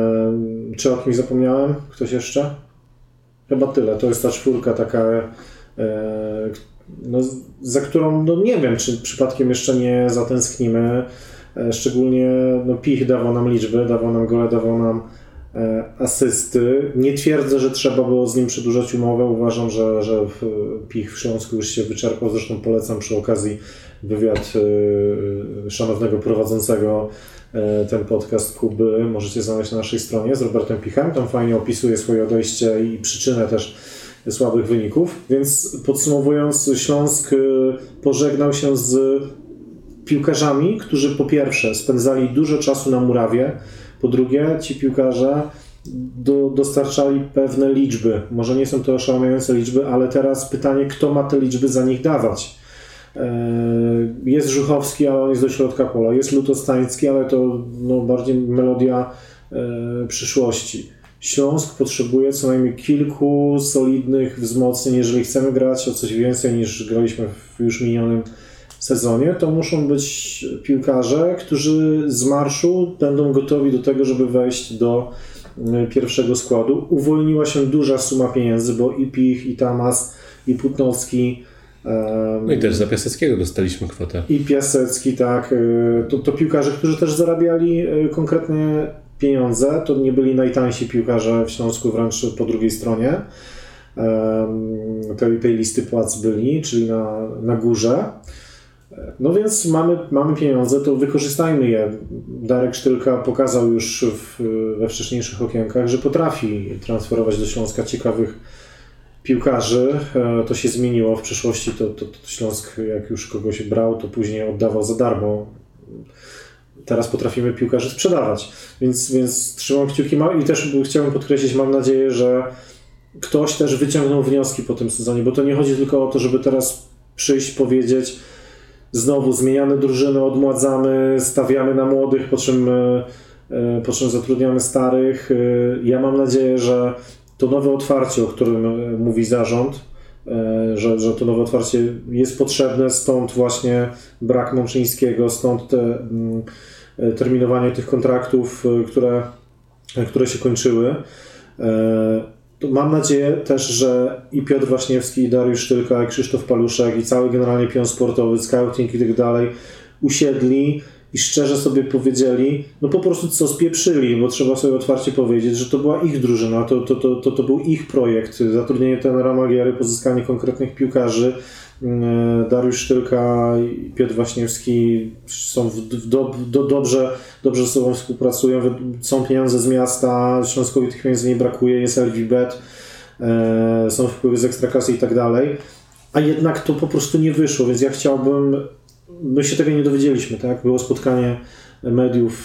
Czy o kimś zapomniałem? Ktoś jeszcze? Chyba tyle. To jest ta czwórka taka no, za którą no nie wiem, czy przypadkiem jeszcze nie zatęsknimy. Szczególnie no, Pich dawał nam liczby, dawał nam gole, dawał nam e, asysty. Nie twierdzę, że trzeba było z nim przedłużać umowę. Uważam, że, że Pich w Śląsku już się wyczerpał. Zresztą polecam przy okazji wywiad e, szanownego prowadzącego e, ten podcast Kuby. Możecie znaleźć na naszej stronie z Robertem Pichem. Tam fajnie opisuje swoje odejście i przyczynę też słabych wyników. Więc podsumowując, Śląsk pożegnał się z piłkarzami, którzy po pierwsze spędzali dużo czasu na murawie, po drugie ci piłkarze do, dostarczali pewne liczby. Może nie są to oszałamiające liczby, ale teraz pytanie, kto ma te liczby za nich dawać. Jest Żuchowski, ale on jest do środka pola. Jest Lutostański, ale to no, bardziej melodia przyszłości. Śląsk potrzebuje co najmniej kilku solidnych wzmocnień. Jeżeli chcemy grać o coś więcej niż graliśmy w już minionym sezonie, to muszą być piłkarze, którzy z marszu będą gotowi do tego, żeby wejść do pierwszego składu. Uwolniła się duża suma pieniędzy, bo i Pich, i Tamas, i Putnowski. No i też za Piaseckiego dostaliśmy kwotę. I Piasecki, tak. To, to piłkarze, którzy też zarabiali konkretnie pieniądze. To nie byli najtańsi piłkarze w Śląsku, wręcz po drugiej stronie tej, tej listy płac byli, czyli na, na górze. No więc mamy, mamy pieniądze, to wykorzystajmy je. Darek Sztylka pokazał już w, we wcześniejszych okienkach, że potrafi transferować do Śląska ciekawych piłkarzy. To się zmieniło w przeszłości, to, to, to Śląsk jak już kogoś brał, to później oddawał za darmo. Teraz potrafimy piłkarzy sprzedawać, więc, więc trzymam kciuki i też chciałbym podkreślić, mam nadzieję, że ktoś też wyciągnął wnioski po tym sezonie, bo to nie chodzi tylko o to, żeby teraz przyjść, powiedzieć znowu zmieniamy drużyny, odmładzamy, stawiamy na młodych, po czym, po czym zatrudniamy starych. Ja mam nadzieję, że to nowe otwarcie, o którym mówi zarząd, że, że to nowe otwarcie jest potrzebne, stąd właśnie brak Mączyńskiego, stąd te, terminowanie tych kontraktów, które, które się kończyły. To mam nadzieję też, że i Piotr Waśniewski, i Dariusz Sztylka, i Krzysztof Paluszek, i cały generalnie pion sportowy, scouting i tak dalej usiedli i szczerze sobie powiedzieli, no po prostu co spieprzyli, bo trzeba sobie otwarcie powiedzieć, że to była ich drużyna, to, to, to, to, to był ich projekt, zatrudnienie trenera Magiery, pozyskanie konkretnych piłkarzy. Dariusz Sztylka i Piotr Waśniewski są w, w do, do, dobrze, dobrze ze sobą współpracują, są pieniądze z miasta, Śląskowi tych pieniędzy nie brakuje, jest L V Bet, e, są wpływy z Ekstraklasy i tak dalej, a jednak to po prostu nie wyszło, więc ja chciałbym, my się tego nie dowiedzieliśmy, tak? Było spotkanie mediów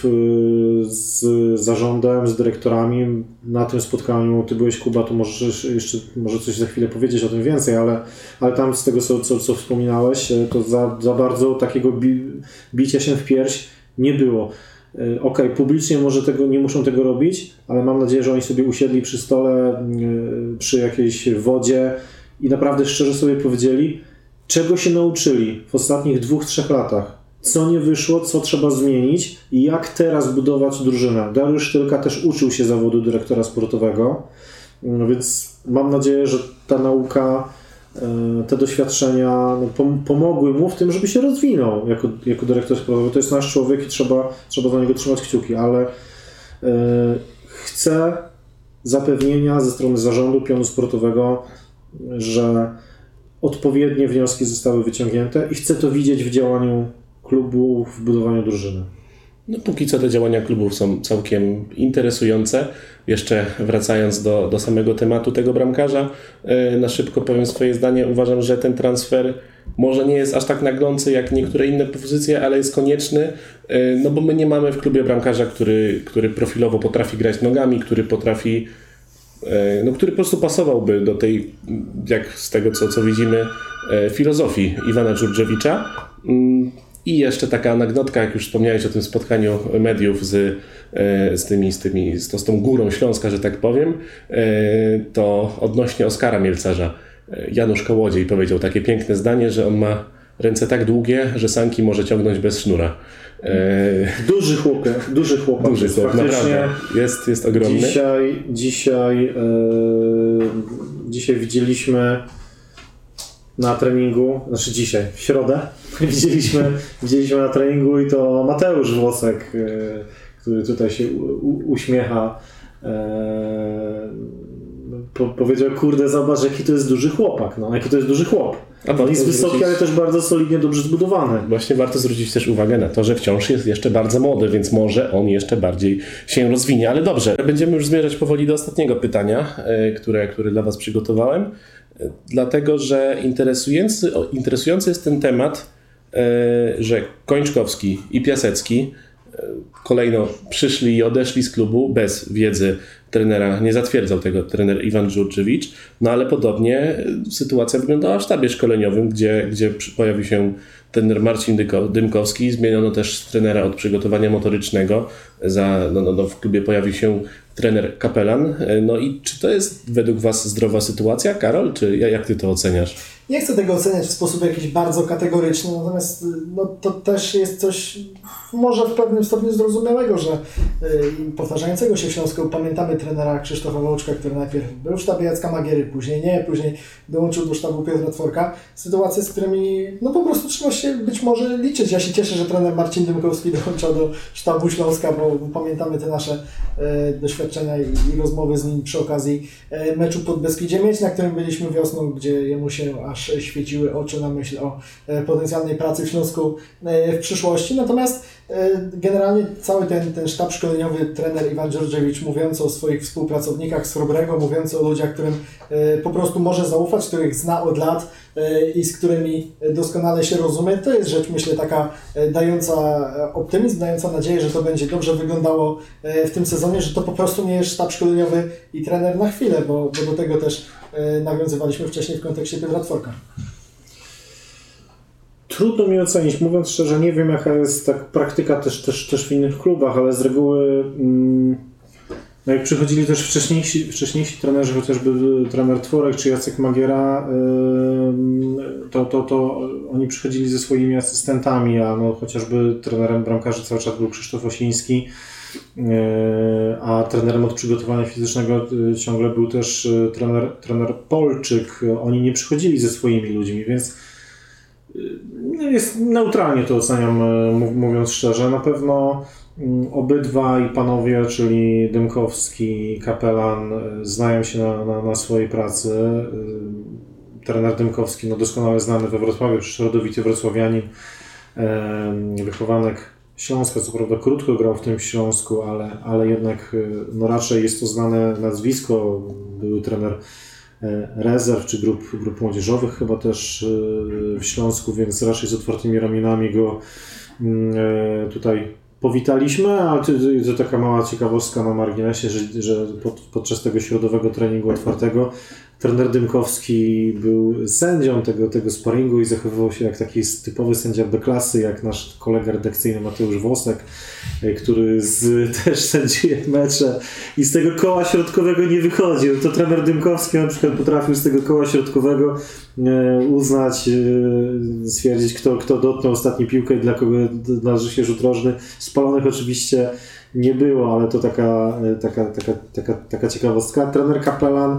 z zarządem, z dyrektorami. Na tym spotkaniu ty byłeś, Kuba, to możesz jeszcze może coś za chwilę powiedzieć o tym więcej, ale, ale tam z tego, co, co, co wspominałeś, to za, za bardzo takiego bi, bicia się w pierś nie było. Okej, okay, publicznie może tego, nie muszą tego robić, ale mam nadzieję, że oni sobie usiedli przy stole, przy jakiejś wodzie i naprawdę szczerze sobie powiedzieli, czego się nauczyli w ostatnich dwóch, trzech latach. Co nie wyszło, co trzeba zmienić i jak teraz budować drużynę. Dariusz Sztylka też uczył się zawodu dyrektora sportowego, no więc mam nadzieję, że ta nauka, te doświadczenia no, pomogły mu w tym, żeby się rozwinął jako, jako dyrektor sportowy. To jest nasz człowiek i trzeba, trzeba za niego trzymać kciuki, ale yy, chcę zapewnienia ze strony zarządu pionu sportowego, że odpowiednie wnioski zostały wyciągnięte i chcę to widzieć w działaniu klubu, w budowaniu drużyny. No póki co te działania klubów są całkiem interesujące. Jeszcze wracając do, do samego tematu tego bramkarza, yy, na szybko powiem swoje zdanie. Uważam, że ten transfer może nie jest aż tak naglący jak niektóre inne pozycje, ale jest konieczny, yy, no bo my nie mamy w klubie bramkarza, który, który profilowo potrafi grać nogami, który potrafi no, który po prostu pasowałby do tej, jak z tego co, co widzimy, filozofii Iwana Dżurdżewicza. I jeszcze taka anegdotka, jak już wspomniałeś o tym spotkaniu mediów z, z, tymi, z, tymi, z, to, z tą górą Śląska, że tak powiem, to odnośnie Oskara Mielcarza. Janusz Kołodziej powiedział takie piękne zdanie, że on ma ręce tak długie, że sanki może ciągnąć bez sznura. Duży chłopak, duży chłopak. Duży chłop, naprawdę. Jest, jest ogromny. Dzisiaj, dzisiaj, yy, dzisiaj widzieliśmy na treningu, znaczy dzisiaj, w środę, widzieliśmy, widzieliśmy na treningu i to Mateusz Włosek, który tutaj się u, uśmiecha, po, powiedział, kurde, zobacz, jaki to jest duży chłopak, no, jaki to jest duży chłop. A on jest wysoki, zwrócić... ale też bardzo solidnie, dobrze zbudowany. Właśnie warto zwrócić też uwagę na to, że wciąż jest jeszcze bardzo młody, więc może on jeszcze bardziej się rozwinie. Ale dobrze, będziemy już zmierzać powoli do ostatniego pytania, które, które dla Was przygotowałem. Dlatego, że interesujący, interesujący jest ten temat, że Kończkowski i Piasecki kolejno przyszli i odeszli z klubu bez wiedzy trenera, nie zatwierdzał tego trener Iwan Dżurdżewicz, no ale podobnie sytuacja wyglądała w sztabie szkoleniowym, gdzie, gdzie pojawił się trener Marcin Dymkowski, zmieniono też trenera od przygotowania motorycznego, za, no, no, no, w klubie pojawił się trener Kapelan. No i czy to jest według Was zdrowa sytuacja, Karol, czy jak Ty to oceniasz? Nie chcę tego oceniać w sposób jakiś bardzo kategoryczny, natomiast no, to też jest coś może w pewnym stopniu zrozumiałego, że yy, powtarzającego się w Śląsku. Pamiętamy trenera Krzysztofa Wołczka, który najpierw był w sztabie Jacka Magiery, później nie, później dołączył do sztabu Piotra Tworka. Sytuacje, z którymi no po prostu trzeba się być może liczyć. Ja się cieszę, że trener Marcin Dymkowski dołączał do sztabu Śląska, bo pamiętamy te nasze yy, doświadczenia i, i rozmowy z nim przy okazji yy, meczu pod Beskidzie Miedź, na którym byliśmy wiosną, gdzie jemu się aż świeciły oczy na myśl o potencjalnej pracy w Śląsku w przyszłości. Natomiast generalnie cały ten, ten sztab szkoleniowy, trener Iwan Dżurdżewicz, mówiący o swoich współpracownikach z Chrobrego, mówiący o ludziach, którym po prostu może zaufać, których zna od lat i z którymi doskonale się rozumie, to jest rzecz, myślę, taka dająca optymizm, dająca nadzieję, że to będzie dobrze wyglądało w tym sezonie, że to po prostu nie jest sztab szkoleniowy i trener na chwilę, bo, bo do tego też nawiązywaliśmy wcześniej w kontekście Piotra Tworka. Trudno mi ocenić, mówiąc szczerze, nie wiem jaka jest tak praktyka też, też, też w innych klubach, ale z reguły mm, no jak przychodzili też wcześniejsi, wcześniejsi trenerzy, chociażby trener Tworek czy Jacek Magiera, yy, to, to, to oni przychodzili ze swoimi asystentami, a no chociażby trenerem bramkarzy cały czas był Krzysztof Osiński, a trenerem od przygotowania fizycznego ciągle był też trener, trener Polczyk. Oni nie przychodzili ze swoimi ludźmi, więc jest, neutralnie to oceniam, mówiąc szczerze. Na pewno obydwaj panowie, czyli Dymkowski i Kapelan, znają się na, na, na swojej pracy. Trener Dymkowski, no doskonale znany we Wrocławiu, przecież rodowity wrocławianin, wychowanek Śląska, co prawda krótko grał w tym Śląsku, ale, ale jednak no raczej jest to znane nazwisko. Były trener rezerw czy grup, grup młodzieżowych chyba też w Śląsku, więc raczej z otwartymi ramionami go tutaj powitaliśmy, ale to, to taka mała ciekawostka na marginesie, że, że pod, podczas tego środowego treningu otwartego trener Dymkowski był sędzią tego, tego sparingu i zachowywał się jak taki typowy sędzia B klasy, jak nasz kolega redakcyjny Mateusz Włosek, który z, też sędziuje mecze i z tego koła środkowego nie wychodził. To trener Dymkowski na przykład potrafił z tego koła środkowego uznać, stwierdzić, kto, kto dotknął ostatni piłkę i dla kogo należy się rzut rożny. Spalonych oczywiście nie było, ale to taka, taka, taka, taka, taka ciekawostka. Trener Kapelan,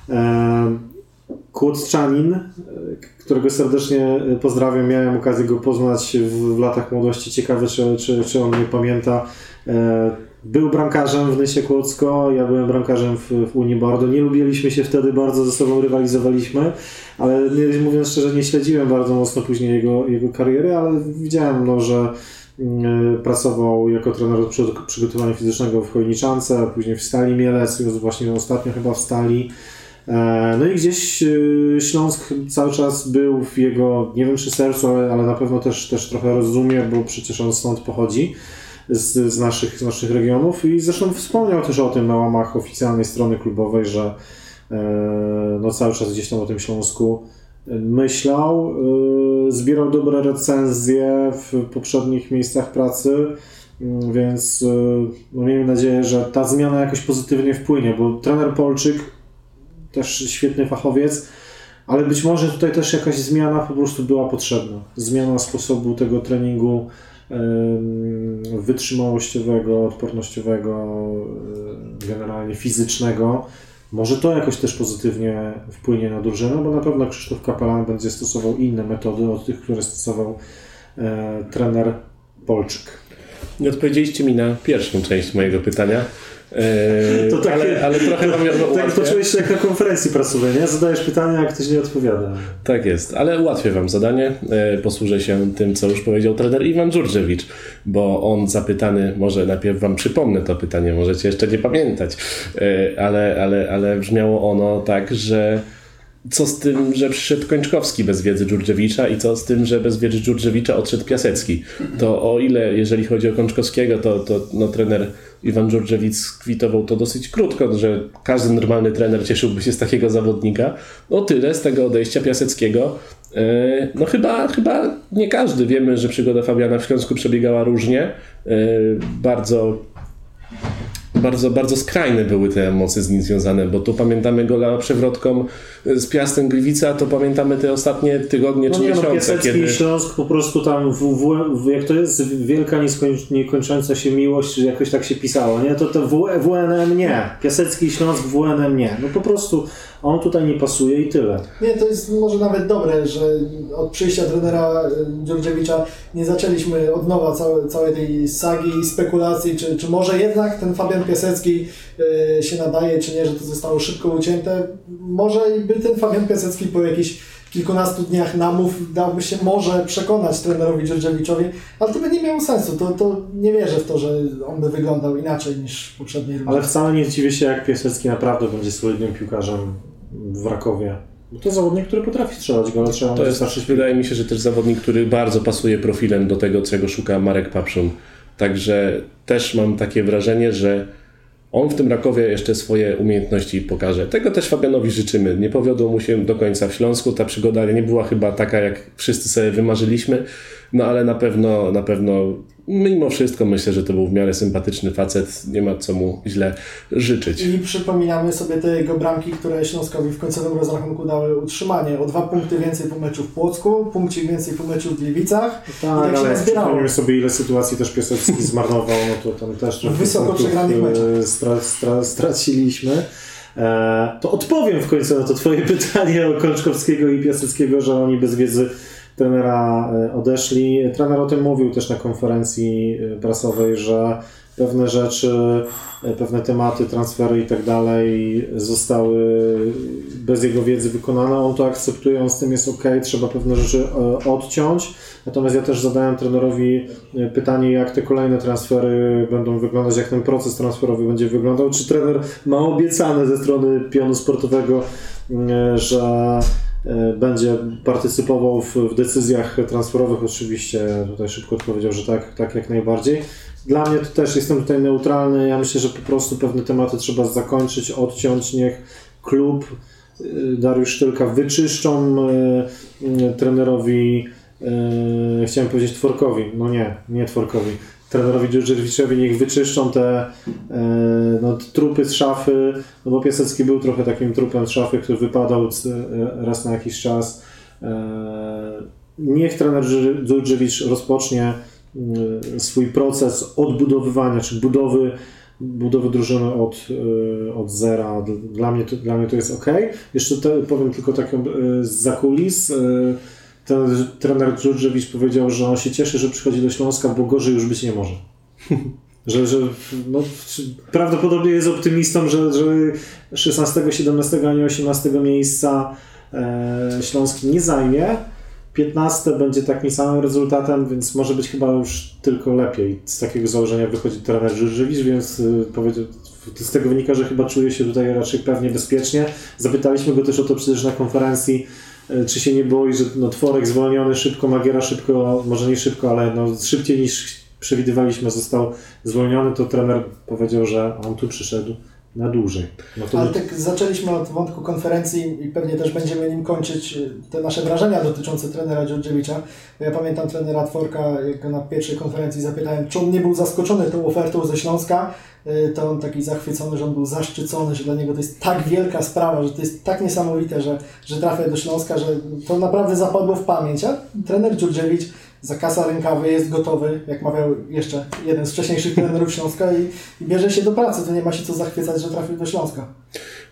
Kłodzczanin, którego serdecznie pozdrawiam. Miałem okazję go poznać w, w latach młodości. Ciekawe, czy, czy, czy on mnie pamięta. Był bramkarzem w Nysie Kłodzko, ja byłem bramkarzem w, w Unii Bordeaux. Nie lubiliśmy się wtedy, bardzo ze sobą rywalizowaliśmy, ale nie, mówiąc szczerze, nie śledziłem bardzo mocno później jego, jego kariery, ale widziałem, no, że pracował jako trener od przygotowania fizycznego w Chojniczance, a później w Stali Mielec, właśnie ostatnio chyba w Stali. No i gdzieś Śląsk cały czas był w jego, nie wiem czy sercu, ale, ale na pewno też, też trochę rozumie, bo przecież on stąd pochodzi, z, z, naszych, z naszych regionów i zresztą wspomniał też o tym na łamach oficjalnej strony klubowej, że no cały czas gdzieś tam o tym Śląsku myślał, zbierał dobre recenzje w poprzednich miejscach pracy, więc no miejmy nadzieję, że ta zmiana jakoś pozytywnie wpłynie, bo trener Polczyk też świetny fachowiec, ale być może tutaj też jakaś zmiana po prostu była potrzebna. Zmiana sposobu tego treningu wytrzymałościowego, odpornościowego, generalnie fizycznego, Może to jakoś też pozytywnie wpłynie na drużynę, bo na pewno Krzysztof Kapelan będzie stosował inne metody od tych, które stosował e, trener Polczyk. Nie odpowiedzieliście mi na pierwszą część mojego pytania. Eee, to takie, ale, ale trochę wam no, tak poczułeś się jak na konferencji prasowej, nie? Zadajesz pytania, jak ktoś nie odpowiada. Tak jest, ale ułatwię wam zadanie. Eee, posłużę się tym, co już powiedział trener Iwan Dżurdżewicz, bo on zapytany, może najpierw wam przypomnę to pytanie, możecie jeszcze nie pamiętać, eee, ale, ale, ale brzmiało ono tak, że co z tym, że przyszedł Kończkowski bez wiedzy Dżurdżewicza i co z tym, że bez wiedzy Dżurdżewicza odszedł Piasecki. To o ile, jeżeli chodzi o Kończkowskiego, to, to no, trener Iwan Dżurdżewicz skwitował to dosyć krótko, że każdy normalny trener cieszyłby się z takiego zawodnika. O tyle z tego odejścia Piaseckiego, yy, no chyba, chyba nie każdy. Wiemy, że przygoda Fabiana w Śląsku przebiegała różnie. Yy, bardzo Bardzo, bardzo skrajne były te emocje z nim związane, bo tu pamiętamy gola przewrotką z Piastem Gliwice, a to pamiętamy te ostatnie tygodnie no czy nie, miesiące. No Piasecki kiedy... i Śląsk po prostu tam, w, w, w, jak to jest, wielka nieskończ, niekończąca się miłość, czy jakoś tak się pisało, nie? To to w, W N M nie, Piasecki i Śląsk w N M nie. No po prostu on tutaj nie pasuje i tyle. Nie, to jest może nawet dobre, że od przyjścia trenera Dżurdżewicza nie zaczęliśmy od nowa całe, całej tej sagi i spekulacji, czy, czy może jednak ten Fabian Piasecki y, się nadaje, czy nie, że to zostało szybko ucięte. Może by ten Fabian Piasecki po jakichś kilkunastu dniach namów dałby się może przekonać trenerowi Dżurdżewiczowi, ale to by nie miało sensu. To, to nie wierzę w to, że on by wyglądał inaczej niż w poprzedniej rundzie. Ale wcale nie zdziwię się, jak Piasecki naprawdę będzie solidnym piłkarzem w Rakowie. Bo to zawodnik, który potrafi strzelać gola. Trzeba to jest, wydaje mi się, że też zawodnik, który bardzo pasuje profilem do tego, czego szuka Marek Papszun. Także też mam takie wrażenie, że on w tym Rakowie jeszcze swoje umiejętności pokaże. Tego też Fabianowi życzymy. Nie powiodło mu się do końca w Śląsku. Ta przygoda nie była chyba taka, jak wszyscy sobie wymarzyliśmy. No ale na pewno, na pewno mimo wszystko myślę, że to był w miarę sympatyczny facet. Nie ma co mu źle życzyć. I przypominamy sobie te jego bramki, które Śląskowi w końcowym rozrachunku dały utrzymanie. O dwa punkty więcej po meczu w Płocku, punkcik więcej po meczu w Gliwicach. Tak, tak ale przypomnijmy sobie, ile sytuacji też Piasecki zmarnował, no to tam też wysoko przegranych meczów stra, stra, straciliśmy. E, to odpowiem w końcu na to twoje pytanie o Kończkowskiego i Piaseckiego, że oni bez wiedzy trenera odeszli. Trener o tym mówił też na konferencji prasowej, że pewne rzeczy, pewne tematy, transfery i tak dalej zostały bez jego wiedzy wykonane. On to akceptuje, on z tym jest ok, trzeba pewne rzeczy odciąć. Natomiast ja też zadałem trenerowi pytanie, jak te kolejne transfery będą wyglądać, jak ten proces transferowy będzie wyglądał. Czy trener ma obiecane ze strony pionu sportowego, że będzie partycypował w, w decyzjach transferowych? Oczywiście tutaj szybko odpowiedział, że tak, tak jak najbardziej. Dla mnie to też jestem tutaj neutralny. Ja myślę, że po prostu pewne tematy trzeba zakończyć, odciąć. Niech klub, Dariusz Sztylka wyczyszczą y, trenerowi, y, chciałem powiedzieć Tworkowi, no nie, nie Tworkowi, trenerowi Dżurdżewiczowi, niech wyczyszczą te y, no, trupy z szafy, no bo Piasecki był trochę takim trupem z szafy, który wypadał raz na jakiś czas. Y, niech trener Dżurdżewicz rozpocznie swój proces odbudowywania, czy budowy, budowy drużyny od, od zera. Dla mnie to, dla mnie to jest ok. Jeszcze te, powiem tylko taką zza kulis. Ten trener Dżurdżewicz powiedział, że on się cieszy, że przychodzi do Śląska, bo gorzej już być nie może. że, że no, prawdopodobnie jest optymistą, że, że szesnastego, siedemnastego, a nie osiemnastego miejsca e, Śląsk nie zajmie. piętnaste będzie takim samym rezultatem, więc może być chyba już tylko lepiej. Z takiego założenia wychodzi trener Dżurdżewicz, więc z tego wynika, że chyba czuje się tutaj raczej pewnie bezpiecznie. Zapytaliśmy go też o to przecież na konferencji, czy się nie boi, że no, Tworek zwolniony szybko, Magiera szybko, może nie szybko, ale no, szybciej niż przewidywaliśmy został zwolniony, to trener powiedział, że on tu przyszedł na dłużej. No to Ale tak zaczęliśmy od wątku konferencji i pewnie też będziemy nim kończyć te nasze wrażenia dotyczące trenera Dżurdżewicza. Ja pamiętam trenera Tworka, jak go na pierwszej konferencji zapytałem, czy on nie był zaskoczony tą ofertą ze Śląska, to on taki zachwycony, że on był zaszczycony, że dla niego to jest tak wielka sprawa, że to jest tak niesamowite, że, że trafia do Śląska, że to naprawdę zapadło w pamięć. A trener Dżurdżewicz zakasa rękawy, jest gotowy, jak mawiał jeszcze jeden z wcześniejszych trenerów Śląska i, i bierze się do pracy. To nie ma się co zachwycać, że trafił do Śląska.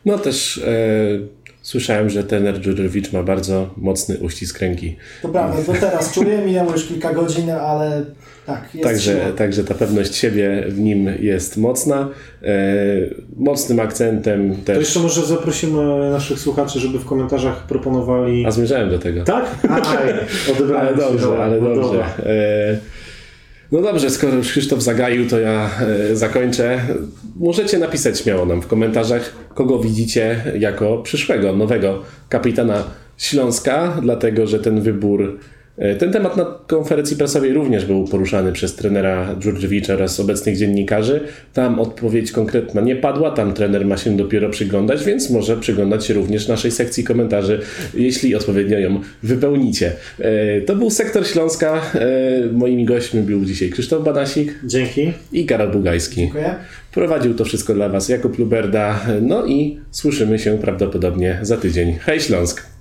No też e, słyszałem, że trener Dżurdżewicz ma bardzo mocny uścisk ręki. To prawda, to teraz czuję, minęło już kilka godzin, ale tak, jest Także, także ta pewność siebie w nim jest mocna. E, mocnym akcentem też. To jeszcze może zaprosimy naszych słuchaczy, żeby w komentarzach proponowali... A zmierzałem do tego. Tak? Aj, odebrałem ale dobrze, się, ale no dobrze. dobra. E, no dobrze, skoro już Krzysztof zagaił, to ja e, zakończę. Możecie napisać śmiało nam w komentarzach, kogo widzicie jako przyszłego, nowego kapitana Śląska, dlatego że ten wybór, e, ten temat na konferencji prasowej również był poruszany przez trenera Dżurdżewicza oraz obecnych dziennikarzy. Tam odpowiedź konkretna nie padła, tam trener ma się dopiero przyglądać, więc może przyglądać się również naszej sekcji komentarzy, jeśli odpowiednio ją wypełnicie. E, to był Sektor Śląska. E, moimi gośćmi był dzisiaj Krzysztof Banasik. Dzięki. I Karol Bugajski. Dziękuję. Prowadził to wszystko dla Was Jakub Luberda. No i słyszymy się prawdopodobnie za tydzień. Hej Śląsk!